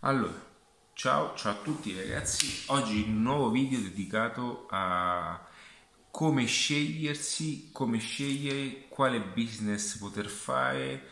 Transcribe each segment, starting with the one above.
Allora, ciao a tutti ragazzi, oggi un nuovo video dedicato a come scegliere quale business poter fare,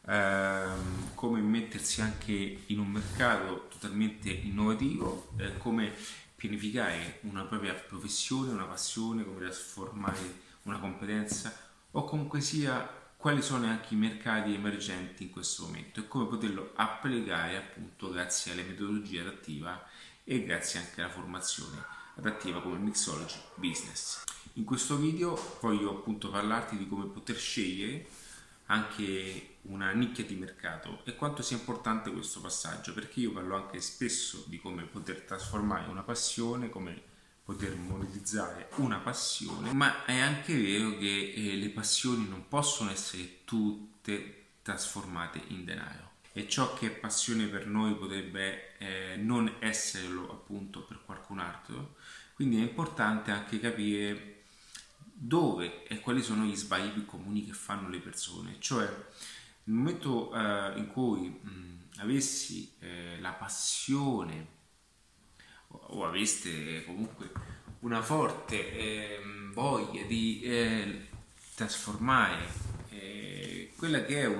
come mettersi anche in un mercato totalmente innovativo, come pianificare una propria professione, una passione, come trasformare una competenza o comunque sia quali sono anche i mercati emergenti in questo momento e come poterlo applicare appunto grazie alle metodologie adattiva e grazie anche alla formazione adattiva come Mixology Business. In questo video voglio appunto parlarti di come poter scegliere anche una nicchia di mercato e quanto sia importante questo passaggio, perché io parlo anche spesso di come poter trasformare una passione, come poter monetizzare una passione, ma è anche vero che le passioni non possono essere tutte trasformate in denaro e ciò che è passione per noi potrebbe non esserlo appunto per qualcun altro, quindi è importante anche capire dove e quali sono gli sbagli più comuni che fanno le persone, cioè nel momento in cui avessi la passione o aveste comunque una forte voglia di trasformare quella che è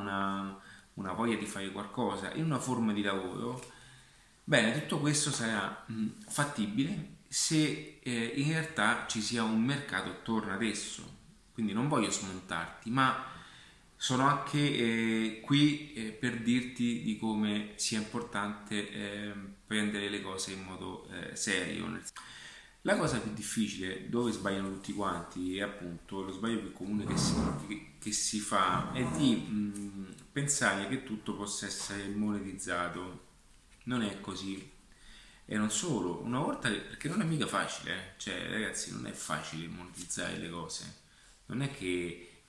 una voglia di fare qualcosa in una forma di lavoro, bene, tutto questo sarà fattibile se in realtà ci sia un mercato attorno ad esso. Quindi non voglio smontarti, ma sono anche qui per dirti di come sia importante prendere le cose in modo serio. La cosa più difficile, dove sbagliano tutti quanti, è appunto lo sbaglio più comune che si fa, è di pensare che tutto possa essere monetizzato. Non è così. E non solo, una volta perché non è mica facile, cioè ragazzi non è facile monetizzare le cose, non è che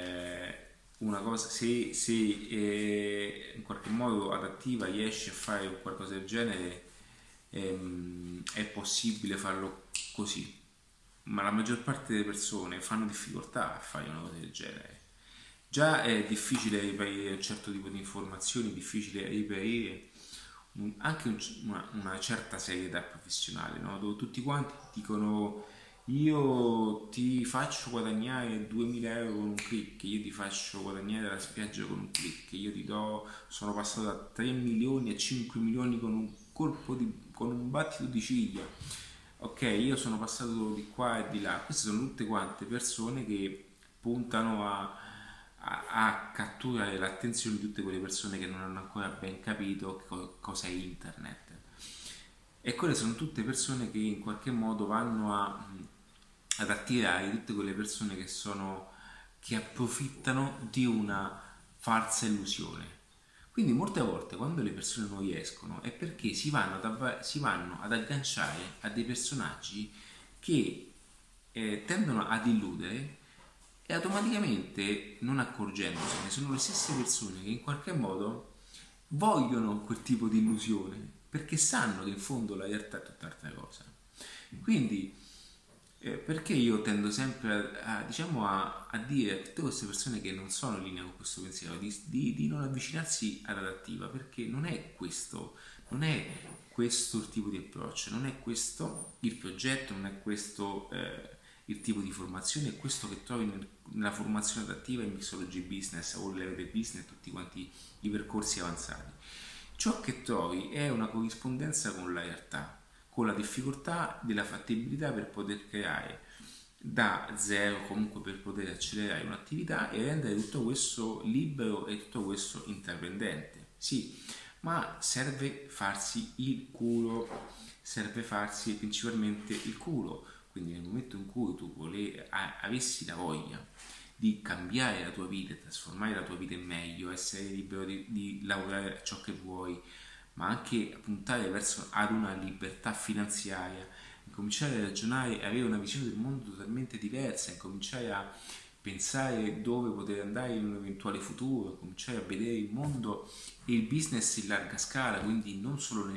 una cosa se in qualche modo adattiva riesci a fare qualcosa del genere è possibile farlo così, ma la maggior parte delle persone fanno difficoltà a fare una cosa del genere. Già è difficile reperire un certo tipo di informazioni, è difficile reperire anche una certa serietà professionale, no? Dove tutti quanti dicono io ti faccio guadagnare 2000 euro con un click, io ti faccio guadagnare la spiaggia con un click, io ti do, sono passato da 3 milioni a 5 milioni con un con un battito di ciglia, ok, io sono passato di qua e di là. Queste sono tutte quante persone che puntano a catturare l'attenzione di tutte quelle persone che non hanno ancora ben capito cosa è internet, e quelle sono tutte persone che in qualche modo vanno ad attirare tutte quelle persone che approfittano di una falsa illusione. Quindi molte volte quando le persone non riescono è perché si vanno ad agganciare a dei personaggi che tendono ad illudere, e automaticamente, non accorgendosene, sono le stesse persone che in qualche modo vogliono quel tipo di illusione perché sanno che in fondo la realtà è tutt'altra cosa. Quindi perché io tendo sempre diciamo a dire a tutte queste persone che non sono in linea con questo pensiero di non avvicinarsi all'adattiva, perché non è questo il tipo di approccio, non è questo il progetto, non è questo il tipo di formazione, è questo che trovi nella formazione adattiva in Mixology Business o Level Business e tutti quanti i percorsi avanzati. Ciò che trovi è una corrispondenza con la realtà, con la difficoltà della fattibilità per poter creare da zero, comunque per poter accelerare un'attività e rendere tutto questo libero e tutto questo intraprendente. Sì, ma serve farsi il culo, serve farsi principalmente il culo. Quindi nel momento in cui tu avessi la voglia di cambiare la tua vita, trasformare la tua vita in meglio, essere libero di lavorare a ciò che vuoi, ma anche puntare verso ad una libertà finanziaria, cominciare a ragionare e avere una visione del mondo totalmente diversa, cominciare a pensare dove poter andare in un eventuale futuro, cominciare a vedere il mondo e il business in larga scala, quindi non solo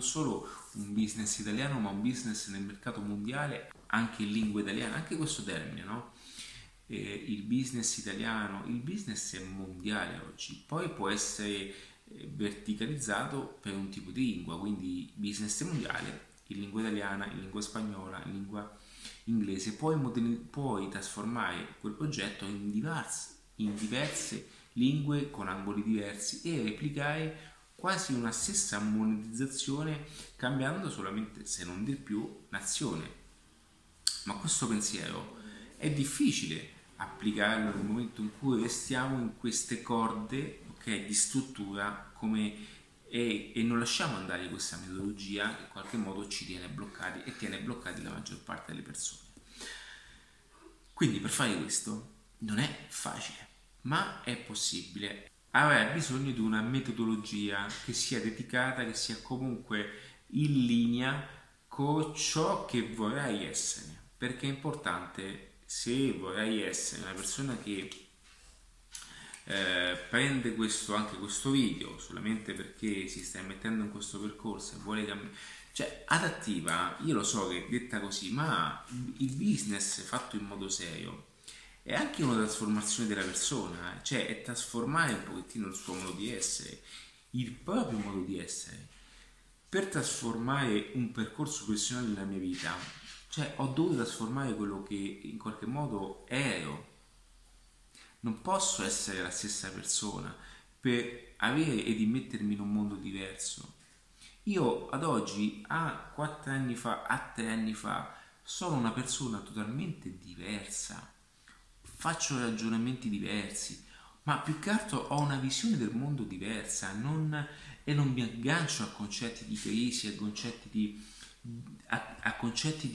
un business italiano, ma un business nel mercato mondiale, anche in lingua italiana, anche questo termine, no? Il business italiano, il business è mondiale oggi, poi può essere verticalizzato per un tipo di lingua, quindi business mondiale, in lingua italiana, in lingua spagnola, in lingua inglese. Puoi trasformare quel progetto in diverse lingue con angoli diversi e replicare quasi una stessa monetizzazione, cambiando solamente, se non di più, nazione. Ma questo pensiero è difficile applicarlo nel momento in cui restiamo in queste corde, ok, di struttura e non lasciamo andare questa metodologia che in qualche modo ci tiene bloccati e tiene bloccati la maggior parte delle persone. Quindi per fare questo non è facile, ma è possibile. Avrai bisogno di una metodologia che sia dedicata, che sia comunque in linea con ciò che vorrai essere, perché è importante, se vorrai essere una persona che prende anche questo video solamente perché si sta mettendo in questo percorso e vuole cambiare, cioè adattiva, io lo so che è detta così, ma il business fatto in modo serio è anche una trasformazione della persona, cioè è trasformare un pochettino il suo modo di essere, il proprio modo di essere. Per trasformare un percorso professionale nella mia vita, cioè ho dovuto trasformare quello che in qualche modo ero. Non posso essere la stessa persona per avere ed immettermi in un mondo diverso. Io ad oggi, a 4 anni fa, a 3 anni fa, sono una persona totalmente diversa. Faccio ragionamenti diversi, ma più che altro ho una visione del mondo diversa e non mi aggancio a concetti di crisi, a concetti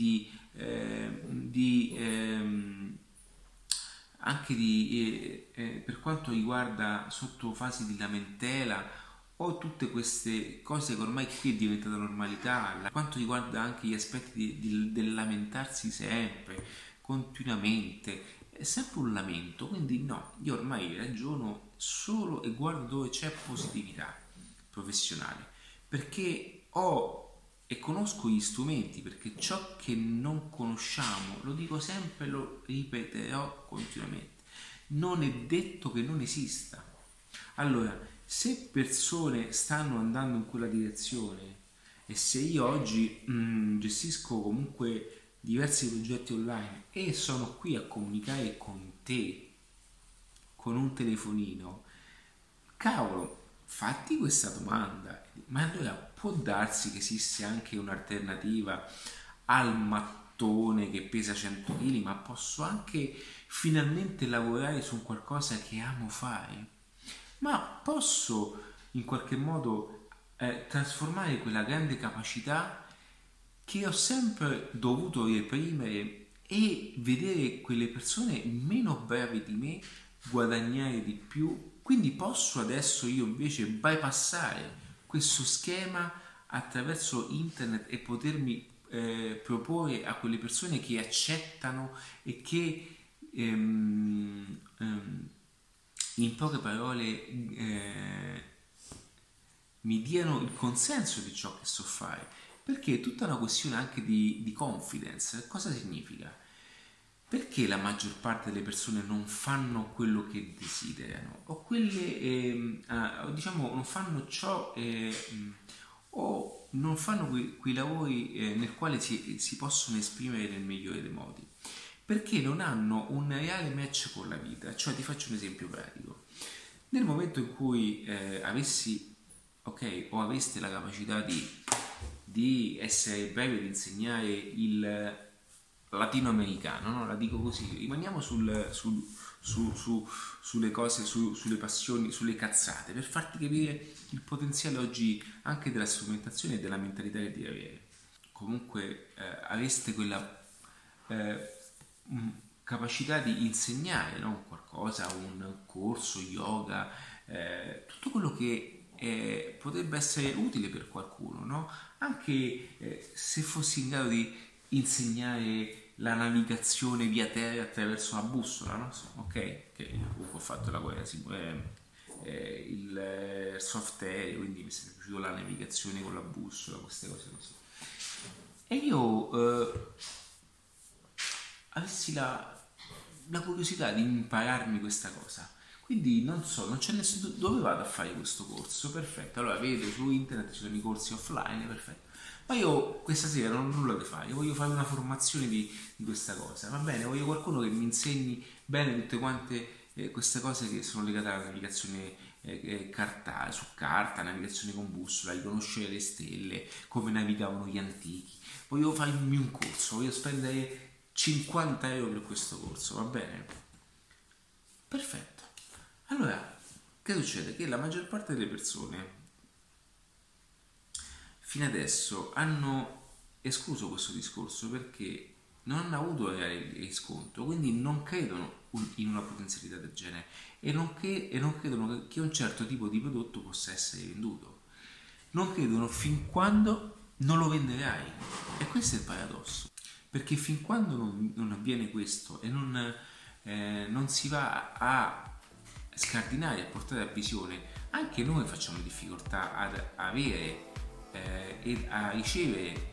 anche per quanto riguarda sotto fasi di lamentela o tutte queste cose che ormai qui è diventata normalità, per quanto riguarda anche gli aspetti del lamentarsi sempre, continuamente, è sempre un lamento, quindi no, io ormai ragiono solo e guardo dove c'è positività professionale, perché ho e conosco gli strumenti, perché ciò che non conosciamo, lo dico sempre, lo ripeterò continuamente, non è detto che non esista. Allora, se persone stanno andando in quella direzione e se io oggi gestisco comunque diversi progetti online e sono qui a comunicare con te con un telefonino, cavolo, fatti questa domanda. Ma allora può darsi che esiste anche un'alternativa al mattone che pesa 100 kg, ma posso anche finalmente lavorare su qualcosa che amo fare? Ma posso in qualche modo trasformare quella grande capacità che ho sempre dovuto reprimere e vedere quelle persone meno brave di me guadagnare di più? Quindi posso adesso io invece bypassare questo schema attraverso internet e potermi proporre a quelle persone che accettano e che in poche parole mi diano il consenso di ciò che so fare, perché è tutta una questione anche di confidence. Cosa significa? Perché la maggior parte delle persone non fanno quello che desiderano o diciamo non fanno ciò o non fanno quei lavori nel quale si possono esprimere nel migliore dei modi? Perché non hanno un reale match con la vita. Cioè, ti faccio un esempio pratico: nel momento in cui avessi, ok, o aveste la capacità di essere bravi ad insegnare il latinoamericano, no? La dico così, rimaniamo sulle cose, sulle passioni, sulle cazzate, per farti capire il potenziale oggi anche della strumentazione e della mentalità che devi avere. Comunque aveste quella capacità di insegnare, no? Qualcosa, un corso, yoga, tutto quello che potrebbe essere utile per qualcuno, no? Anche se fossi in grado di insegnare la navigazione via terra attraverso una bussola, no? Ok, che ho fatto la guerra, il soft air, quindi mi è sempre piaciuto la navigazione con la bussola, queste cose così. E io avessi la curiosità di impararmi questa cosa Quindi non so, non c'è nessuno dove vado a fare questo corso, perfetto. Allora vedo su internet ci sono i corsi offline, perfetto. Ma io questa sera non ho nulla da fare, io voglio fare una formazione di questa cosa, va bene? Voglio qualcuno che mi insegni bene tutte quante queste cose che sono legate alla navigazione su carta, navigazione con bussola, riconoscere le stelle, come navigavano gli antichi. Voglio farmi un corso, voglio spendere 50 euro per questo corso, va bene? Perfetto. Allora, che succede? Che la maggior parte delle persone fino adesso hanno escluso questo discorso perché non hanno avuto riscontro, quindi non credono in una potenzialità del genere e non credono che un certo tipo di prodotto possa essere venduto. Non credono fin quando non lo venderai. E questo è il paradosso. Perché fin quando non avviene questo e non si va a scardinare, a portare a visione, anche noi facciamo difficoltà ad avere ed a ricevere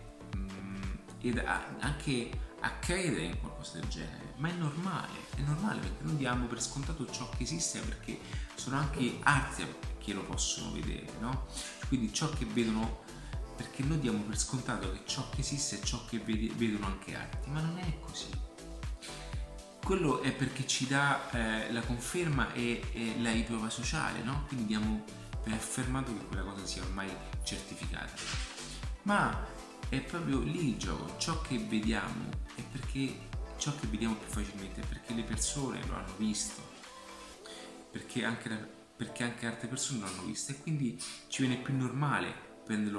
anche a credere in qualcosa del genere, ma è normale perché noi diamo per scontato ciò che esiste perché sono anche altri che lo possono vedere, no? Quindi ciò che vedono, perché noi diamo per scontato che ciò che esiste è ciò che vedono anche altri, ma non è così. Quello è perché ci dà la conferma e la riprova sociale, no? Quindi diamo per affermato che quella cosa sia ormai certificata. Ma è proprio lì il gioco, ciò che vediamo è perché ciò che vediamo più facilmente è perché le persone lo hanno visto, perché anche altre persone lo hanno visto e quindi ci viene più normale prenderlo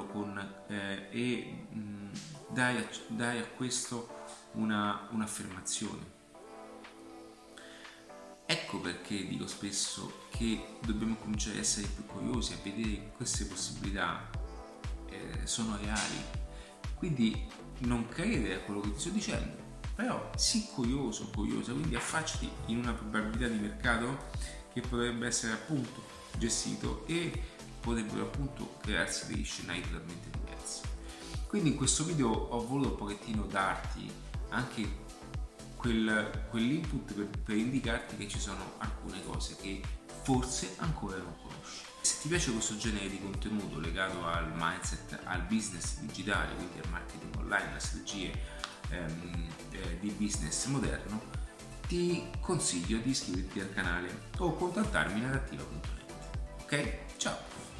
dare a questo un'affermazione. Ecco perché dico spesso che dobbiamo cominciare a essere più curiosi, a vedere che queste possibilità sono reali. Quindi non credere a quello che ti sto dicendo, però sii curiosa, quindi affacciati in una probabilità di mercato che potrebbe essere appunto gestito e potrebbero appunto crearsi degli scenari totalmente diversi. Quindi in questo video ho voluto un pochettino darti anche quell'input per indicarti che ci sono alcune cose che forse ancora non conosci. Se ti piace questo genere di contenuto legato al mindset, al business digitale, quindi al marketing online, alle strategie di business moderno, ti consiglio di iscriverti al canale o contattarmi in adattiva.net. Ok? Ciao!